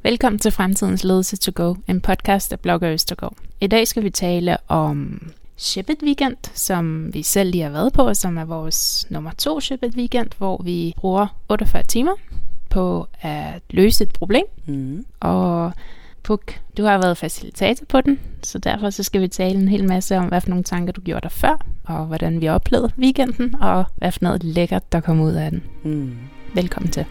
Velkommen til Fremtidens Ledelse to Go, en podcast af Blogger Østergaard. I dag skal vi tale om Ship-it Weekend, som vi selv lige har været på, og som er vores nummer 2 Ship-it Weekend, hvor vi bruger 48 timer på at løse et problem. Og Puk, du har været facilitator på den, så derfor så skal vi tale en hel masse om, hvad for nogle tanker du gjorde dig før, og hvordan vi oplevede weekenden, og hvad for noget lækkert, der kom ud af den. Velkommen til.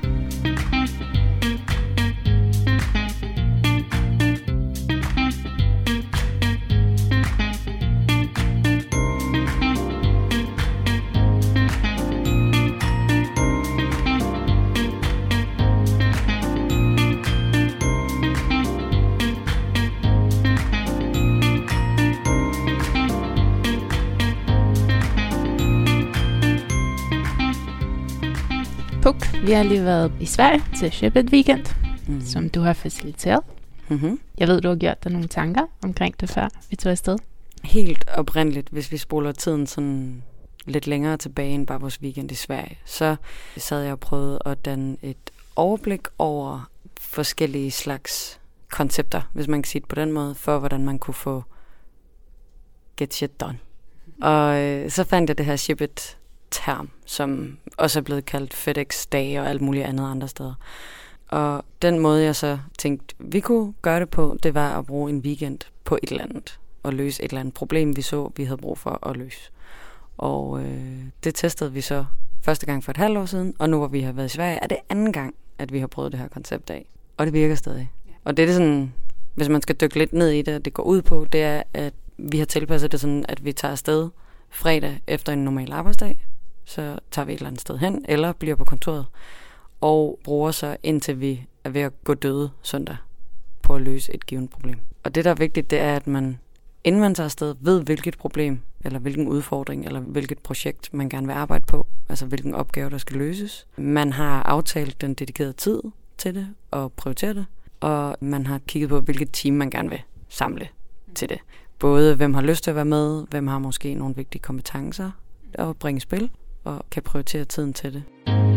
Puk, vi har lige været i Sverige til Ship-it Weekend, som du har faciliteret. Jeg ved, du har gjort dig nogle tanker omkring det, før vi tog afsted. Helt oprindeligt, hvis vi spoler tiden sådan lidt længere tilbage end bare vores weekend i Sverige, så sad jeg og prøvede at danne et overblik over forskellige slags koncepter, hvis man kan sige det på den måde, for hvordan man kunne få get shit done. Og så fandt jeg det her Ship-it term, som også er blevet kaldt FedEx Day og alt muligt andet andre steder. Og den måde, jeg så tænkte, vi kunne gøre det på, det var at bruge en weekend på et eller andet, og løse et eller andet problem, vi havde brug for at løse. Og det testede vi så første gang for et halvt år siden, og nu hvor vi har været i Sverige, er det anden gang, at vi har prøvet det her koncept af. Og det virker stadig. Og det er det sådan, hvis man skal dykke lidt ned i det, det går ud på, det er, at vi har tilpasset det sådan, at vi tager afsted fredag efter en normal arbejdsdag, så tager vi et eller andet sted hen, eller bliver på kontoret, og bruger så indtil vi er ved at gå døde søndag på at løse et givet problem. Og det, der er vigtigt, det er, at man, inden man tager afsted, ved, hvilket problem, eller hvilken udfordring, eller hvilket projekt, man gerne vil arbejde på, altså hvilken opgave, der skal løses. Man har aftalt den dedikerede tid til det, og prioriteret det, og man har kigget på, hvilket team, man gerne vil samle til det. Både hvem har lyst til at være med, hvem har måske nogle vigtige kompetencer at bringe i spil, og kan prioritere tiden til det.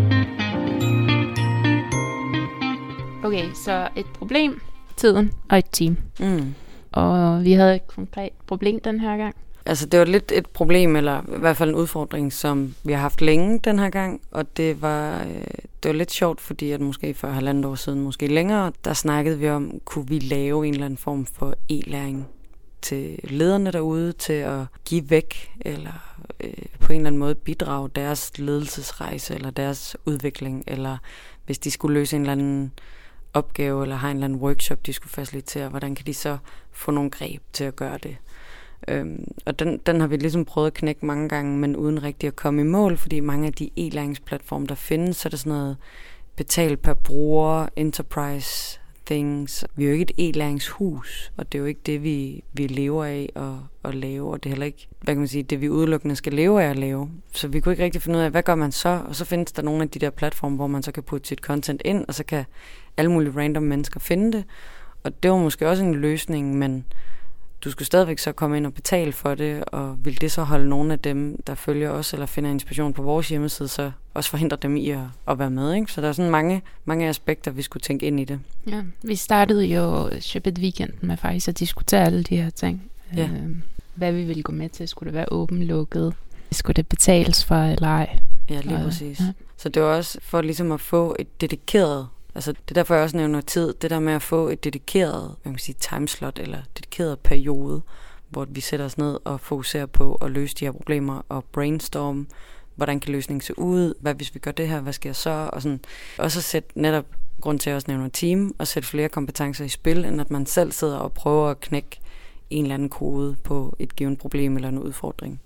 Okay, så et problem, tiden og et team. Og vi havde et konkret problem den her gang. Altså det var lidt et problem, eller i hvert fald en udfordring, som vi har haft længe den her gang. Og det var lidt sjovt, fordi at måske for 1,5 år siden, måske længere, der snakkede vi om, kunne vi lave en eller anden form for e-læring til lederne derude, til at give væk, eller på en eller anden måde bidrage deres ledelsesrejse, eller deres udvikling, eller hvis de skulle løse en eller anden opgave, eller har en eller anden workshop, de skulle facilitere, hvordan kan de så få nogle greb til at gøre det. Og den har vi ligesom prøvet at knække mange gange, men uden rigtig at komme i mål, fordi mange af de e-læringsplatforme, der findes, så er det sådan noget betal per bruger, enterprise things. Vi er jo ikke et e-læringshus, og det er jo ikke det, vi lever af at lave, og det er heller ikke, hvad kan man sige, det vi udelukkende skal leve af at lave. Så vi kunne ikke rigtig finde ud af, hvad gør man så? Og så findes der nogle af de der platforme, hvor man så kan putte sit content ind, og så kan alle mulige random mennesker finde det. Og det var måske også en løsning, men du skulle stadigvæk så komme ind og betale for det, og vil det så holde nogle af dem, der følger os, eller finder inspiration på vores hjemmeside, så også forhindre dem i at være med, ikke? Så der er sådan mange aspekter, vi skulle tænke ind i det. Ja, vi startede jo Ship-it Weekend med faktisk at diskutere alle de her ting. Ja. Hvad vi ville gå med til. Skulle det være åben, lukket? Skulle det betales for eller ej? Ja, lige præcis. Ja. Så det var også for ligesom at få et dedikeret, altså det er derfor jeg også nævner tid, det der med at få et dedikeret, man kan sige timeslot, eller dedikeret periode, hvor vi sætter os ned og fokuserer på at løse de her problemer, og brainstorm, hvordan kan løsningen se ud, hvad hvis vi gør det her, hvad sker så, og sådan. Også at sætte netop, grund til at også nævne team, og sætte flere kompetencer i spil, end at man selv sidder og prøver at knække en eller anden kode på et givet problem eller en udfordring.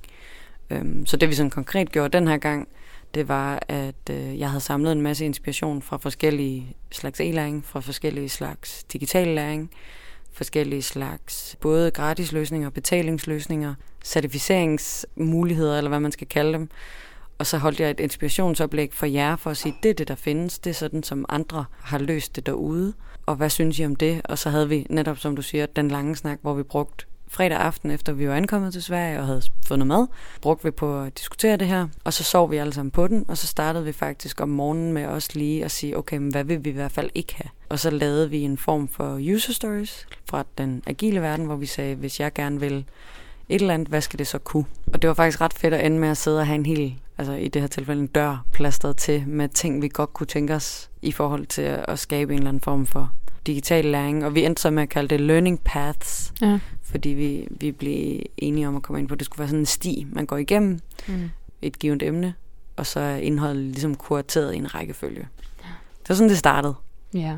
Så det vi sådan konkret gjorde den her gang, det var, at jeg havde samlet en masse inspiration fra forskellige slags e-læring, fra forskellige slags digital læring, forskellige slags både gratis løsninger, betalingsløsninger, certificeringsmuligheder, eller hvad man skal kalde dem. Og så holdt jeg et inspirationsoplæg for jer, for at sige, det er det, der findes. Det er sådan, som andre har løst det derude. Og hvad synes I om det? Og så havde vi netop, som du siger, den lange snak, hvor vi brugte fredag aften, efter vi var ankommet til Sverige og havde fundet mad, brugte vi på at diskutere det her, og så sov vi alle sammen på den, og så startede vi faktisk om morgenen med også lige at sige, okay, men hvad vil vi i hvert fald ikke have? Og så lavede vi en form for user stories fra den agile verden, hvor vi sagde, hvis jeg gerne vil et eller andet, hvad skal det så kunne? Og det var faktisk ret fedt at ende med at sidde og have en hel, altså i det her tilfælde en dør plastret til med ting, vi godt kunne tænke os i forhold til at skabe en eller anden form for digital læring. Og vi endte så med at kalde det learning paths, fordi vi blev enige om at komme ind på, at det skulle være sådan en sti, man går igennem et givet emne, og så er indholdet ligesom kurateret i en rækkefølge. Det var sådan, det startede. Ja,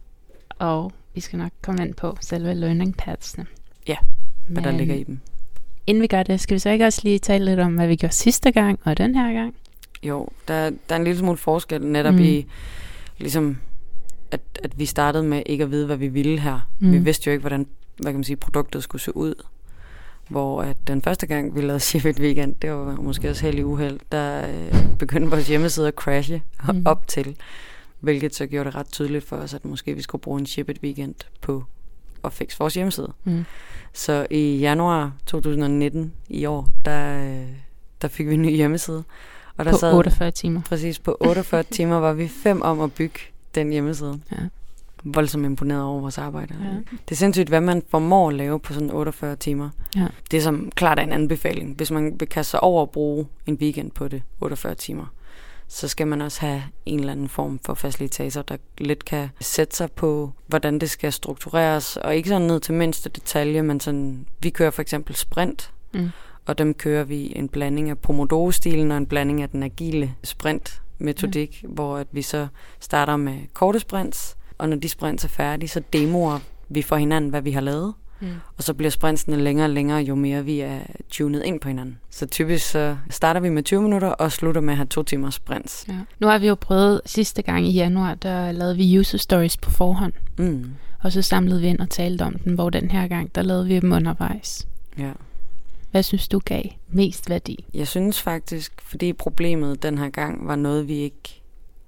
og vi skal nok komme ind på selve learning pathsene. Ja, hvad der ligger i dem. Inden vi gør det, skal vi så ikke også lige tale lidt om, hvad vi gjorde sidste gang og den her gang? Jo, der er en lille smule forskel netop i, ligesom, at vi startede med ikke at vide, hvad vi ville her. Vi vidste jo ikke, hvordan, hvad kan man sige, produktet skulle se ud. Hvor at den første gang, vi lavede Ship It Weekend, det var måske også heldig uheld, der begyndte vores hjemmeside at crashe op til. Hvilket så gjorde det ret tydeligt for os, at måske vi skulle bruge en Ship It Weekend på at fikse vores hjemmeside. Så i januar 2019 i år, der fik vi en ny hjemmeside. Og der på 48 timer. Præcis, på 48 timer var vi 5 om at bygge den hjemmeside. Ja. Voldsomt imponeret over vores arbejde. Ja. Det er sindssygt, hvad man formår at lave på sådan 48 timer. Ja. Det er som klart en anbefaling. Hvis man vil kaste sig over at bruge en weekend på det 48 timer, så skal man også have en eller anden form for facilitator, der lidt kan sætte sig på, hvordan det skal struktureres, og ikke sådan ned til mindste detalje, men sådan, vi kører for eksempel sprint, og dem kører vi en blanding af Pomodoro-stilen og en blanding af den agile sprint-metodik, hvor at vi så starter med korte sprints, og når de sprints er færdige, så demoer vi for hinanden, hvad vi har lavet. Og så bliver sprintsene længere og længere, jo mere vi er tunet ind på hinanden. Så typisk så starter vi med 20 minutter og slutter med at have 2 timers sprints. Ja. Nu har vi jo prøvet sidste gang i januar, der lavede vi user stories på forhånd. Og så samlede vi ind og talte om den, hvor den her gang, der lavede vi dem undervejs. Ja. Hvad synes du gav mest værdi? Jeg synes faktisk, fordi problemet den her gang var noget, vi ikke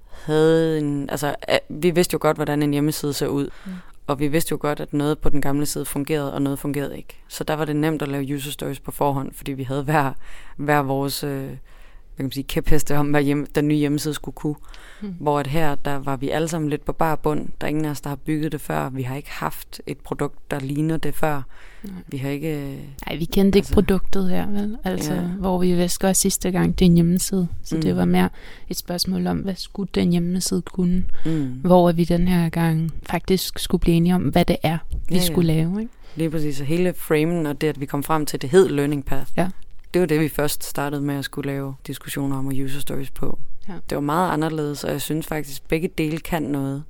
havde altså, vi vidste jo godt, hvordan en hjemmeside ser ud. Og vi vidste jo godt, at noget på den gamle side fungerede, og noget fungerede ikke. Så der var det nemt at lave user stories på forhånd, fordi vi havde hver vores hvad kan man sige, kæpheste om, hvad den nye hjemmeside skulle kunne. Hvor at her, der var vi alle sammen lidt på bar bund. Der er ingen af os, der har bygget det før. Vi har ikke haft et produkt, der ligner det før. Vi har ikke... Nej, vi kendte ikke produktet her, vel? Altså, hvor vi vidste også sidste gang, det er en hjemmeside. Så det var mere et spørgsmål om, hvad skulle den hjemmeside kunne? Hvor vi den her gang faktisk skulle blive enige om, hvad det er, vi skulle lave, ikke? Lige præcis. Og hele framen og det, at vi kom frem til, det hed Learning Path. Ja. Det var det, vi først startede med at skulle lave diskussioner om og user stories på. Ja. Det var meget anderledes, og jeg synes faktisk, begge dele kan noget.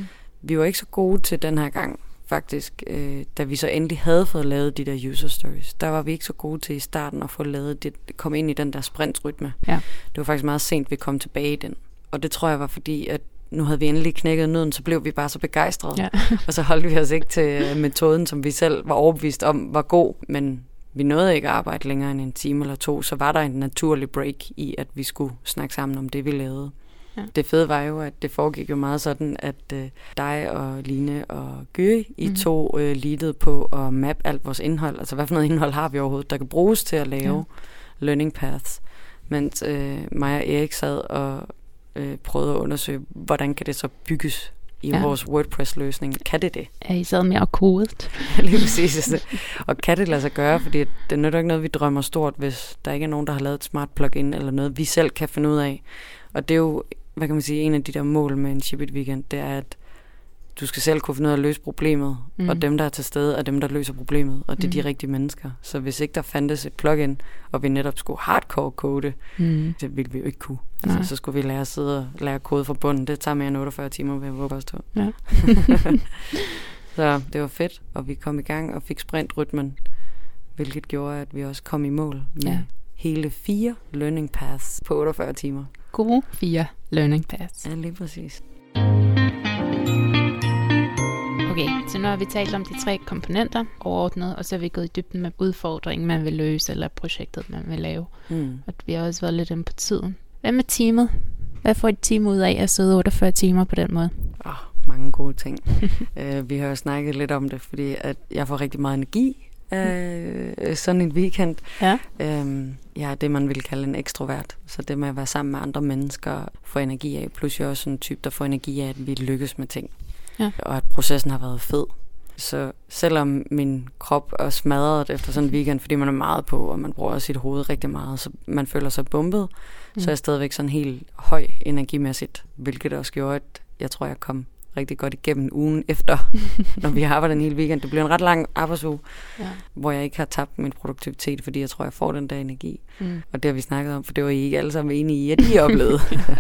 Vi var ikke så gode til den her gang, faktisk. Da vi så endelig havde fået lavet de der user stories, der var vi ikke så gode til i starten at få lavet det, komme ind i den der sprintrytme. Ja. Det var faktisk meget sent, vi kom tilbage i den. Og det tror jeg var fordi, at nu havde vi endelig knækket nøden, så blev vi bare så begejstrede. Ja. Og så holdt vi os ikke til metoden, som vi selv var overbevist om var god, men vi nåede ikke at arbejde længere end en time eller 2, så var der en naturlig break i, at vi skulle snakke sammen om det, vi lavede. Ja. Det fede var jo, at det foregik jo meget sådan, at dig og Line og Gøge, I to leadede på at mappe alt vores indhold. Altså, hvad for noget indhold har vi overhovedet, der kan bruges til at lave learning paths. Mens mig og Erik sad og prøvede at undersøge, hvordan kan det så bygges i vores WordPress-løsning. Kan det? Ja, I sad mere kodet. Lige præcis. Og kan det lade sig gøre? Fordi det nytter ikke noget, vi drømmer stort, hvis der ikke er nogen, der har lavet et smart plugin, eller noget, vi selv kan finde ud af. Og det er jo, hvad kan man sige, en af de der mål med en Ship It Weekend, det er, at du skal selv kunne finde ud af at løse problemet, og dem, der er til stede, er dem, der løser problemet, og det er de rigtige mennesker. Så hvis ikke der fandtes et plugin, og vi netop skulle hardcore kode, det ville vi jo ikke kunne. Altså, så skulle vi lære at sidde og lære kode fra bunden. Det tager mere end 48 timer ved at våge os til. Ja. Så det var fedt, og vi kom i gang og fik sprintrytmen, hvilket gjorde, at vi også kom i mål med hele 4 learning paths på 48 timer. Gode 4 learning paths. Ja, lige præcis. Okay, så nu har vi talt om de 3 komponenter overordnet, og så er vi gået i dybden med udfordringen, man vil løse, eller projektet, man vil lave. Og vi har også været lidt inde på tiden. Hvad med teamet? Hvad får et team ud af at sidde 48 timer på den måde? Mange gode ting. Vi har jo snakket lidt om det, fordi at jeg får rigtig meget energi af sådan en weekend. Ja. Jeg er det, man vil kalde en ekstrovert. Så det med at være sammen med andre mennesker, få energi af. Plus jeg er også sådan en type, der får energi af, at vi lykkes med ting. Ja. Og at processen har været fed. Så selvom min krop er smadret efter sådan en weekend, fordi man er meget på, og man bruger sit hoved rigtig meget, så man føler sig bumpet, så er jeg stadigvæk sådan helt høj energimæssigt, hvilket også gjorde, at jeg tror, jeg kom rigtig godt igennem ugen efter, når vi har arbejdet en hel weekend. Det bliver en ret lang arbejdsuge, hvor jeg ikke har tabt min produktivitet, fordi jeg tror, jeg får den der energi. Og det har vi snakket om, for det var I ikke alle sammen enige i, at I oplevede.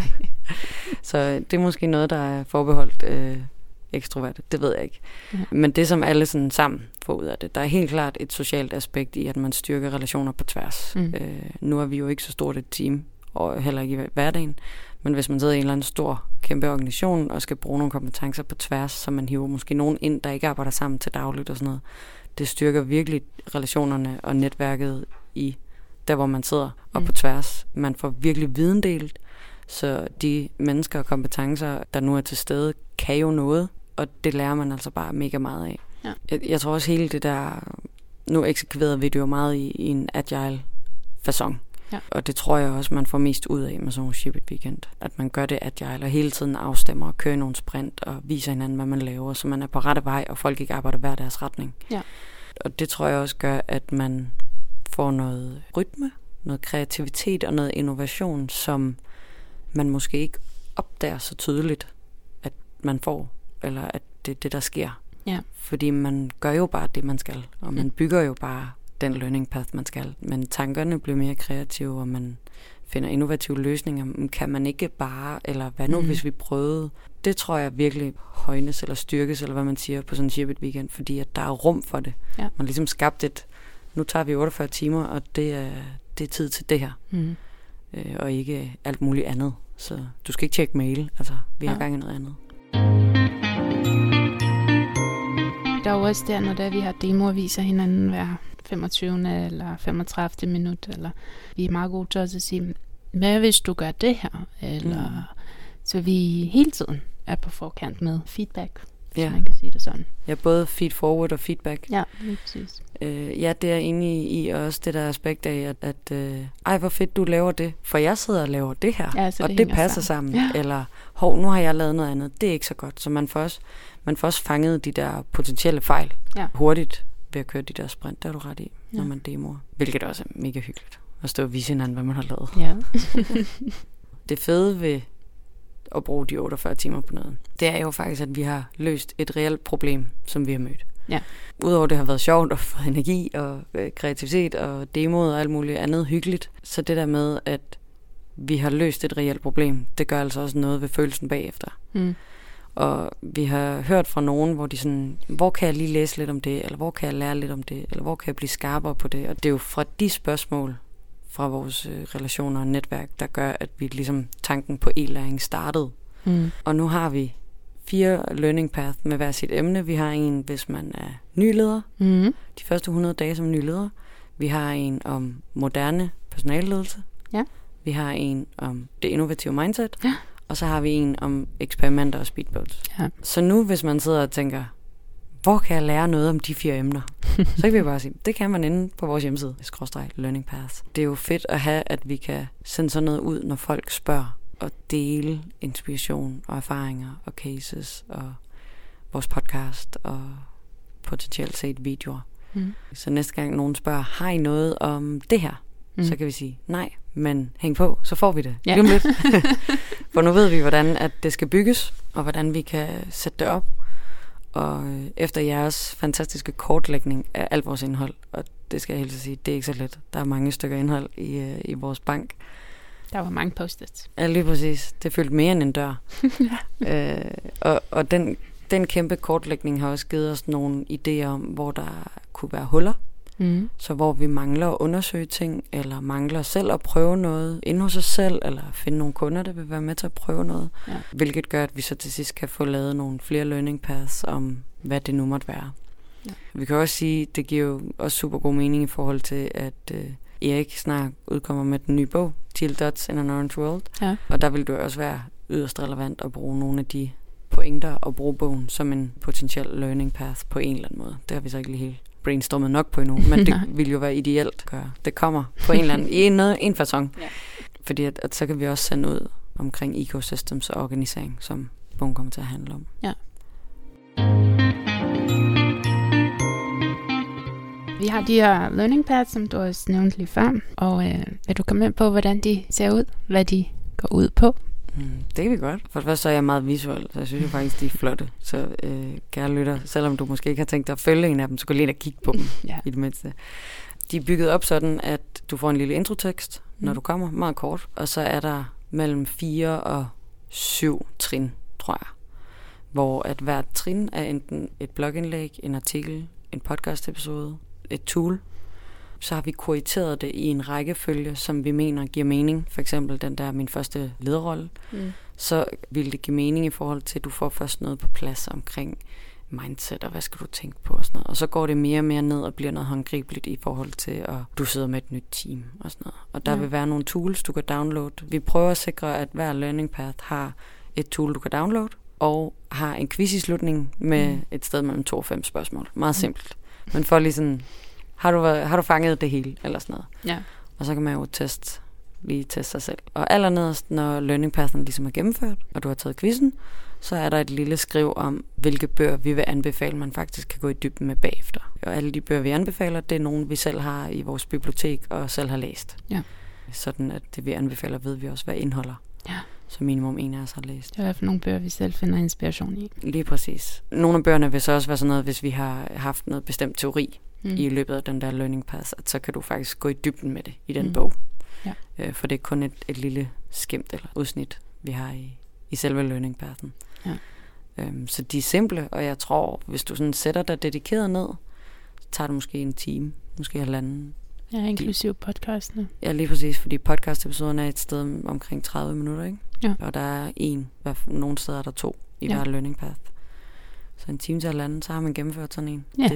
Så det er måske noget, der er forbeholdt ekstroverte. Det ved jeg ikke. Men det, som alle sådan sammen får ud af det, der er helt klart et socialt aspekt i, at man styrker relationer på tværs. Nu er vi jo ikke så stort et team, og heller ikke i hverdagen. Men hvis man sidder i en eller anden stor, kæmpe organisation, og skal bruge nogle kompetencer på tværs, så man hiver måske nogen ind, der ikke arbejder sammen til dagligt og sådan noget, det styrker virkelig relationerne og netværket i der, hvor man sidder, og på tværs. Man får virkelig viden delt, så de mennesker og kompetencer, der nu er til stede, kan jo noget, og det lærer man altså bare mega meget af. Ja. Jeg tror også hele det der, nu eksekverede vi det jo meget i en agile facon. Ja. Og det tror jeg også, man får mest ud af med sådan en Ship It Weekend. At man gør det agile og hele tiden afstemmer og kører nogle sprint og viser hinanden, hvad man laver, så man er på rette vej, og folk ikke arbejder hver deres retning. Ja. Og det tror jeg også gør, at man får noget rytme, noget kreativitet og noget innovation, som man måske ikke opdager så tydeligt, at man får, eller at det er det, der sker. Ja. Fordi man gør jo bare det, man skal, og man bygger jo bare den learning path, man skal. Men tankerne bliver mere kreative, og man finder innovative løsninger. Kan man ikke bare, eller hvad nu, hvis vi prøvede? Det tror jeg virkelig højnes eller styrkes, eller hvad man siger på sådan en Ship It Weekend, fordi at der er rum for det. Ja. Man ligesom skabt et, nu tager vi 48 timer, og det er tid til det her. Og ikke alt muligt andet. Så du skal ikke tjekke mail, altså vi har gang i noget andet. Der er jo også der, når vi har demoer, viser hinanden hver 25. eller 35. minut, eller vi er meget gode til også at sige, hvad hvis du gør det her? Eller så vi hele tiden er på forkant med feedback, hvis man kan sige det sådan. Ja, både feed forward og feedback. Ja, lige præcis. Ja, det er inde i også det der aspekt af, at ej, hvor fedt du laver det, for jeg sidder og laver det her, og det passer sammen. Ja. Eller, nu har jeg lavet noget andet, det er ikke så godt. Så man får også fanget de der potentielle fejl hurtigt ved at køre de der sprint, der er du ret i, når man demoer. Hvilket også er mega hyggeligt, at stå og vise hinanden, hvad man har lavet. Ja. Det fede ved at bruge de 48 timer på noget, det er jo faktisk, at vi har løst et reelt problem, som vi har mødt. Ja. Udover det har været sjovt og fået energi og kreativitet og demoet og alt muligt andet hyggeligt, så det der med, at vi har løst et reelt problem, det gør altså også noget ved følelsen bagefter. Og vi har hørt fra nogen, hvor de sådan, hvor kan jeg lige læse lidt om det, eller hvor kan jeg lære lidt om det, eller hvor kan jeg blive skarpere på det. Og det er jo fra de spørgsmål fra vores relationer og netværk, der gør, at vi ligesom tanken på e-læring startede. Og nu har vi 4 learning path med hver sit emne. Vi har en, hvis man er ny leder, de første 100 dage som ny leder. Vi har en om moderne personalledelse. Ja. Vi har en om det innovative mindset. Ja. Og så har vi en om eksperimenter og speedboats. Ja. Så nu, hvis man sidder og tænker, hvor kan jeg lære noget om de 4 emner? Så kan vi bare sige, det kan man inde på vores hjemmeside, /learning paths. Det er jo fedt at have, at vi kan sende sådan noget ud, når folk spørger, og dele inspiration og erfaringer og cases og vores podcast og potentielt set videoer. Så næste gang nogen spørger, har I noget om det her? Så kan vi sige, nej, men hæng på, så får vi det. Ja. Lidt. For nu ved vi, hvordan at det skal bygges, og hvordan vi kan sætte det op. Og efter jeres fantastiske kortlægning af alt vores indhold, og det skal jeg helt sige, det er ikke så let. Der er mange stykker indhold i vores bank. Der var mange post-its. Ja, lige præcis. Det følte mere end en dør. Og den kæmpe kortlægning har også givet os nogle idéer om, hvor der kunne være huller. Så hvor vi mangler at undersøge ting, eller mangler selv at prøve noget inde hos os selv, eller finde nogle kunder, der vil være med til at prøve noget. Ja. Hvilket gør, at vi så til sidst kan få lavet nogle flere learning paths om, hvad det nu måtte være. Ja. Vi kan også sige, det giver jo også super god mening i forhold til, at Erik snart udkommer med den nye bog, Teal Dots in an Orange World. Ja. Og der vil det også være yderst relevant at bruge nogle af de pointer og bruge bogen som en potentiel learning path på en eller anden måde. Det har vi så ikke lige helt brainstormet nok på endnu, men det vil jo være ideelt at gøre. Det kommer på en eller anden, en facon. Ja. Fordi at så kan vi også sende ud omkring ecosystems og organisering, som bogen kommer til at handle om. Ja. Vi har de her learning paths, som du også nævnte lige før, og vil du komme ind på, hvordan de ser ud, hvad de går ud på? Det kan vi godt. For det første så er jeg meget visuel, så jeg synes jo faktisk, de er flotte. Så kære lytter, selvom du måske ikke har tænkt dig at følge en af dem, så gå lige ind og kigge på dem i det mindste. De er bygget op sådan, at du får en lille introtekst, når du kommer, meget kort, og så er der mellem 4 og 7 trin, tror jeg. Hvor at hvert trin er enten et blogindlæg, en artikel, en podcast-episode, et tool. Så har vi kurateret det i en rækkefølge, som vi mener giver mening. For eksempel den der min første lederrolle. Så vil det give mening i forhold til, at du får først noget på plads omkring mindset, og hvad skal du tænke på og sådan noget. Og så går det mere og mere ned og bliver noget håndgribeligt i forhold til, at du sidder med et nyt team og sådan noget. Og der vil være nogle tools, du kan downloade. Vi prøver at sikre, at hver learning path har et tool, du kan downloade, og har en quiz i slutningen med et sted mellem 2 og 5 spørgsmål. Meget simpelt. Men for lige sådan, har du fanget det hele, eller sådan noget. Ja. Og så kan man jo lige teste sig selv. Og allernederst, når learning pathen ligesom er gennemført, og du har taget quizzen, så er der et lille skriv om, hvilke bøger vi vil anbefale, man faktisk kan gå i dybden med bagefter. Og alle de bøger, vi anbefaler, det er nogle, vi selv har i vores bibliotek og selv har læst. Ja. Sådan at det, vi anbefaler, ved vi også, hvad indeholder. Ja. Så minimum en af os har læst. Det er i hvert fald nogle bøger, vi selv finder inspiration i. Lige præcis. Nogle af bøgerne vil så også være sådan noget, hvis vi har haft noget bestemt teori i løbet af den der learning path, at så kan du faktisk gå i dybden med det i den bog. Ja. For det er kun et lille skimt eller udsnit, vi har i selve learning pathen. Ja. Så de er simple, og jeg tror, hvis du sådan sætter dig dedikeret ned, så tager det måske en time, måske halvanden. Ja, inklusive podcastene. Ja, lige præcis, fordi podcast-episoderne er et sted omkring 30 minutter, ikke? Ja. Og der er nogle steder er der 2 i hver learning path. Så en time til halvanden, så har man gennemført sådan en. Ja.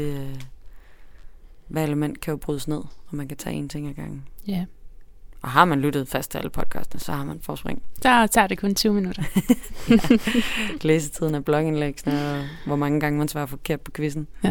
Hver element kan jo brydes ned, og man kan tage en ting ad gangen. Ja. Og har man lyttet fast til alle podcastene, så har man forspring. Der tager det kun 20 minutter. Læsetiden af blogindlægsene, og hvor mange gange man svarer forkert på quizzen. Ja.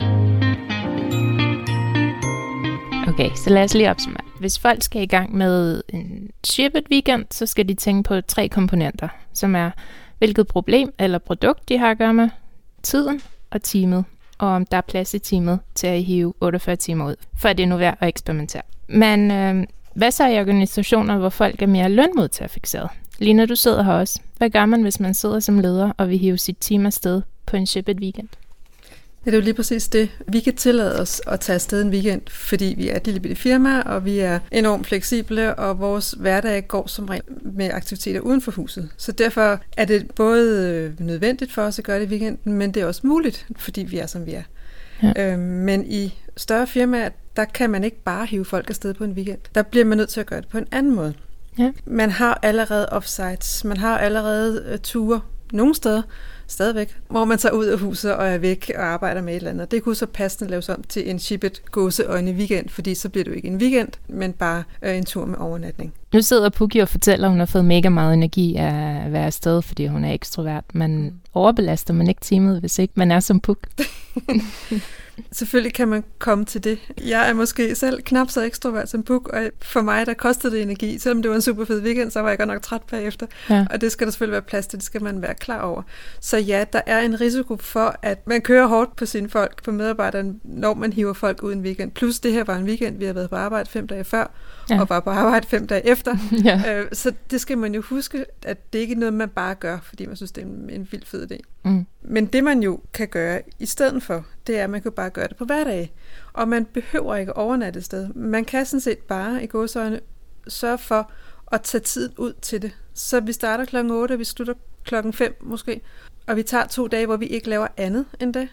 Okay, så lad os lige opsummere. Hvis folk skal i gang med en Shippet weekend, så skal de tænke på 3 komponenter, som er, hvilket problem eller produkt de har at gøre med, tiden og teamet, og om der er plads i teamet til at hive 48 timer ud, for det er nu værd at eksperimentere. Men hvad så i organisationer, hvor folk er mere lønmodtagerfikseret? Lige når du sidder her også, hvad gør man, hvis man sidder som leder og vil hive sit team afsted på en Shippet weekend? Ja, det er jo lige præcis det. Vi kan tillade os at tage afsted en weekend, fordi vi er et lille bitte firma, og vi er enormt fleksible, og vores hverdag går som regel med aktiviteter uden for huset. Så derfor er det både nødvendigt for os at gøre det i weekenden, men det er også muligt, fordi vi er, som vi er. Ja. Men i større firmaer, der kan man ikke bare hive folk afsted på en weekend. Der bliver man nødt til at gøre det på en anden måde. Ja. Man har allerede offsites, man har allerede ture nogle steder, stadigvæk, hvor man tager ud af huset og er væk og arbejder med et eller andet. Det kunne så passende laves om til en Shippet gåseøjne weekend, fordi så bliver det jo ikke en weekend, men bare en tur med overnatning. Nu sidder Pukki og fortæller, at hun har fået mega meget energi af at være afsted, fordi hun er ekstrovert. Men overbelaster man ikke teamet, hvis ikke man er som Puk? Selvfølgelig kan man komme til det. Jeg er måske selv knap så ekstrovert som Puk, og for mig, der kostede det energi. Selvom det var en super fed weekend, så var jeg godt nok træt bagefter. Ja. Og det skal der selvfølgelig være plads til, det skal man være klar over. Så ja, der er en risiko for, at man kører hårdt på sine folk, på medarbejderne, når man hiver folk ud en weekend. Plus det her var en weekend, vi har været på arbejde 5 dage før, og var på arbejde 5 dage efter. Ja. Så det skal man jo huske, at det ikke er noget, man bare gør, fordi man synes, det er en vild fed idé. Mm. Men det man jo kan gøre i stedet for, det er, at man kan bare gøre det på hverdage. Og man behøver ikke overnatte et sted. Man kan sådan set bare i gåseøjne sørge for at tage tiden ud til det. Så vi starter kl. 8, og vi slutter kl. 5 måske. Og vi tager 2 dage, hvor vi ikke laver andet end det.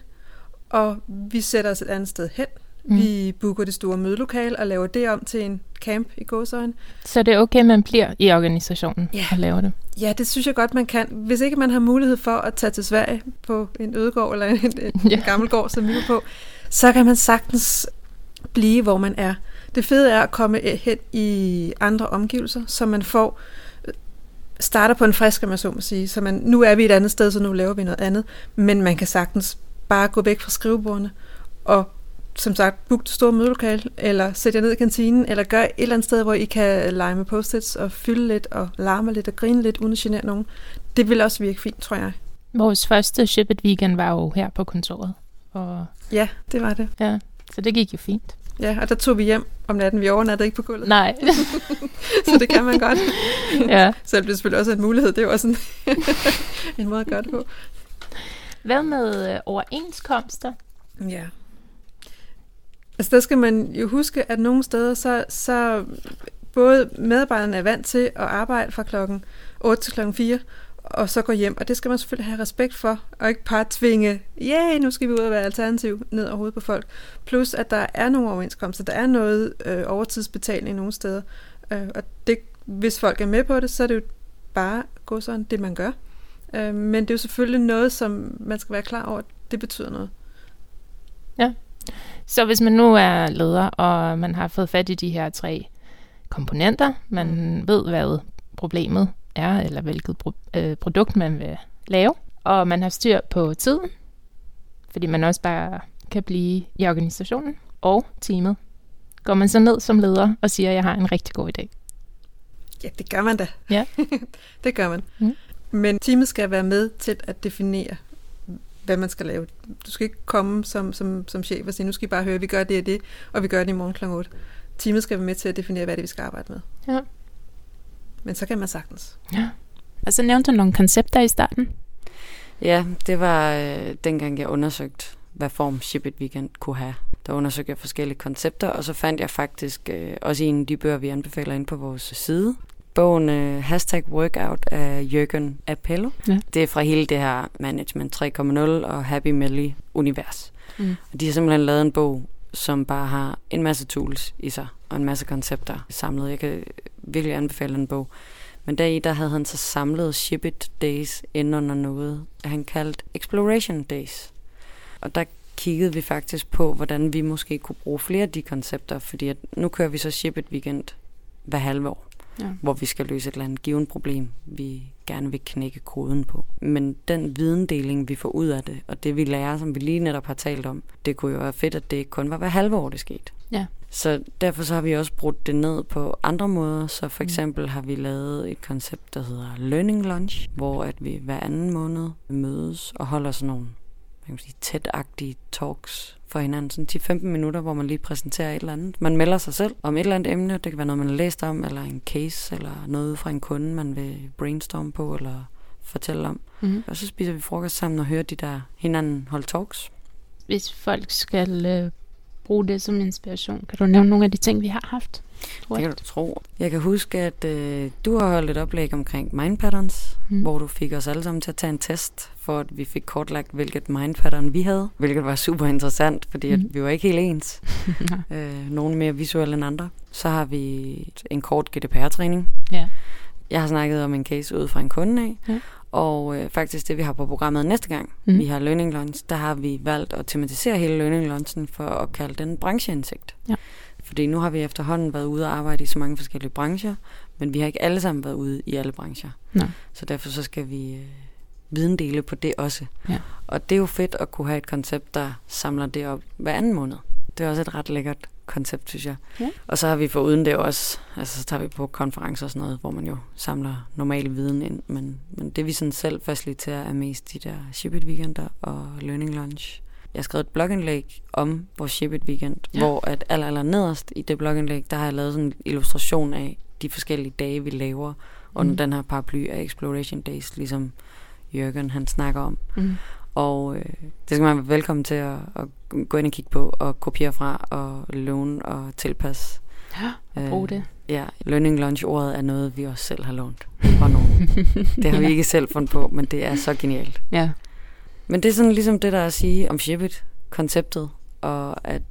Og vi sætter os et andet sted hen. Vi booker det store mødelokale og laver det om til en camp i gåseøjne. Så det er okay, man bliver i organisationen og laver det? Ja, det synes jeg godt, man kan. Hvis ikke man har mulighed for at tage til Sverige på en ødegård eller en gammel gård, som vi er på, så kan man sagtens blive, hvor man er. Det fede er at komme hen i andre omgivelser, så man starter på en frisk, kan man så må sige. Så nu er vi et andet sted, så nu laver vi noget andet. Men man kan sagtens bare gå væk fra skrivebordene og som sagt, book det store mødelokale, eller sæt jer ned i kantinen, eller gør et eller andet sted, hvor I kan lege med post-its og fylde lidt, og larme lidt og grine lidt, uden at genere nogen. Det vil også virke fint, tror jeg. Vores første Ship It Weekend var jo her på kontoret. Og ja, det var det. Ja, så det gik jo fint. Ja, og der tog vi hjem om natten. Vi overnattede ikke på gulvet. Nej. Så det kan man godt. Ja. Så det bliver selvfølgelig også en mulighed. Det er jo også en måde at gøre det på. Hvad med overenskomster? Ja. Altså der skal man jo huske, at nogle steder, så både medarbejderne er vant til at arbejde fra klokken 8 til klokken 4, og så gå hjem. Og det skal man selvfølgelig have respekt for, og ikke bare tvinge, nu skal vi ud og være alternativ ned over hovedet på folk. Plus, at der er nogle overenskomster. Der er noget overtidsbetaling nogle steder. Og det, hvis folk er med på det, så er det jo bare gå sådan, det man gør. Men det er jo selvfølgelig noget, som man skal være klar over, det betyder noget. Ja. Så hvis man nu er leder, og man har fået fat i de her 3 komponenter, man ved, hvad problemet er, eller hvilket produkt man vil lave, og man har styr på tiden, fordi man også bare kan blive i organisationen og teamet, går man så ned som leder og siger, at jeg har en rigtig god idé. Ja, det gør man da. Ja. Det gør man. Men teamet skal være med til at definere, hvad man skal lave. Du skal ikke komme som chef og sige, nu skal I bare høre, vi gør det og det, og vi gør det i morgen kl. 8. Teamet skal være med til at definere, hvad det vi skal arbejde med. Ja. Men så kan man sagtens. Ja. Og så nævnte du nogle koncepter i starten. Ja, det var dengang jeg undersøgte, hvad form Ship It Weekend kunne have. Der undersøgte jeg forskellige koncepter, og så fandt jeg faktisk også en af de bøger, vi anbefaler inde på vores side. Bogen #workout af Jürgen Appello. Ja. Det er fra hele det her Management 3.0 og Happy Melly univers. Og de har simpelthen lavet en bog, som bare har en masse tools i sig, og en masse koncepter samlet. Jeg kan virkelig anbefale den bog. Men der havde han så samlet Ship It Days ind under noget, han kaldte Exploration Days. Og der kiggede vi faktisk på, hvordan vi måske kunne bruge flere af de koncepter, fordi at nu kører vi så Ship It Weekend hver halve år, hvor vi skal løse et eller andet givet problem, vi gerne vil knække koden på. Men den videndeling, vi får ud af det, og det vi lærer, som vi lige netop har talt om, det kunne jo være fedt, at det ikke kun var hver halve år, det skete. Ja. Så derfor så har vi også brudt det ned på andre måder. Så for eksempel har vi lavet et koncept, der hedder Learning Lunch, hvor at vi hver anden måned mødes og holder sådan nogle tæt-agtige talks for hinanden. Sådan 10-15 minutter, hvor man lige præsenterer et eller andet. Man melder sig selv om et eller andet emne. Det kan være noget, man har læst om, eller en case, eller noget fra en kunde, man vil brainstorme på, eller fortælle om. Og så spiser vi frokost sammen og hører de der hinanden holde talks. Hvis folk skal bruge det som inspiration, kan du nævne nogle af de ting, vi har haft? Det kan du tro. Jeg kan huske, at du har holdt et oplæg omkring mind patterns, hvor du fik os alle sammen til at tage en test, for at vi fik kortlagt, hvilket mind pattern vi havde, hvilket var super interessant, fordi at vi var ikke helt ens. Nogle mere visuelle end andre. Så har vi en kort GDPR-træning. Ja. Jeg har snakket om en case ud fra en kunde af, og faktisk det, vi har på programmet næste gang, vi har Learning Lunch, der har vi valgt at tematisere hele Learning Lunchen for at kalde den brancheindsigt. Ja. Fordi nu har vi efterhånden været ude og arbejde i så mange forskellige brancher, men vi har ikke alle sammen været ude i alle brancher. Nej. Så derfor så skal vi videndele på det også. Ja. Og det er jo fedt at kunne have et koncept, der samler det op hver anden måned. Det er også et ret lækkert koncept, synes jeg. Ja. Og så har vi foruden det også, altså så tager vi på konferencer og sådan noget, hvor man jo samler normal viden ind, men det vi sådan selv faciliterer er mest de der Ship It Weekender og Learning Lunch. Jeg har skrevet et blogindlæg om vores Ship It Weekend, hvor at aller nederst i det blogindlæg, der har jeg lavet sådan en illustration af de forskellige dage, vi laver under den her paraply af Exploration Days, ligesom Jürgen han snakker om. Og det skal man være velkommen til at gå ind og kigge på og kopiere fra og låne og tilpasse. Ja, og bruge det. Ja, Learning Lunch-ordet er noget, vi også selv har lånt fra nogen. Det har vi ikke selv fundet på, men det er så genialt. Ja. Men det er sådan ligesom det, der er at sige om Ship It, konceptet, og at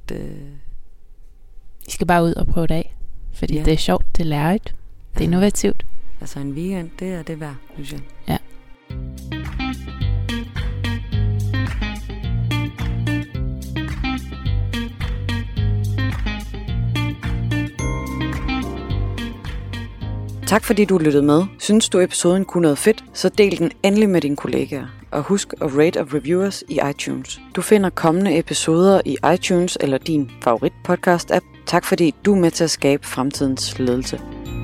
I skal bare ud og prøve det af, fordi det er sjovt, det er lærerigt, det er innovativt. Altså en weekend, det er det værd, synes jeg. Ja. Tak fordi du lyttede med. Synes du episoden kunne noget fedt, så del den endelig med dine kollegaer. Og husk at rate og review os i iTunes. Du finder kommende episoder i iTunes eller din favorit podcast app. Tak fordi du er med til at skabe fremtidens ledelse.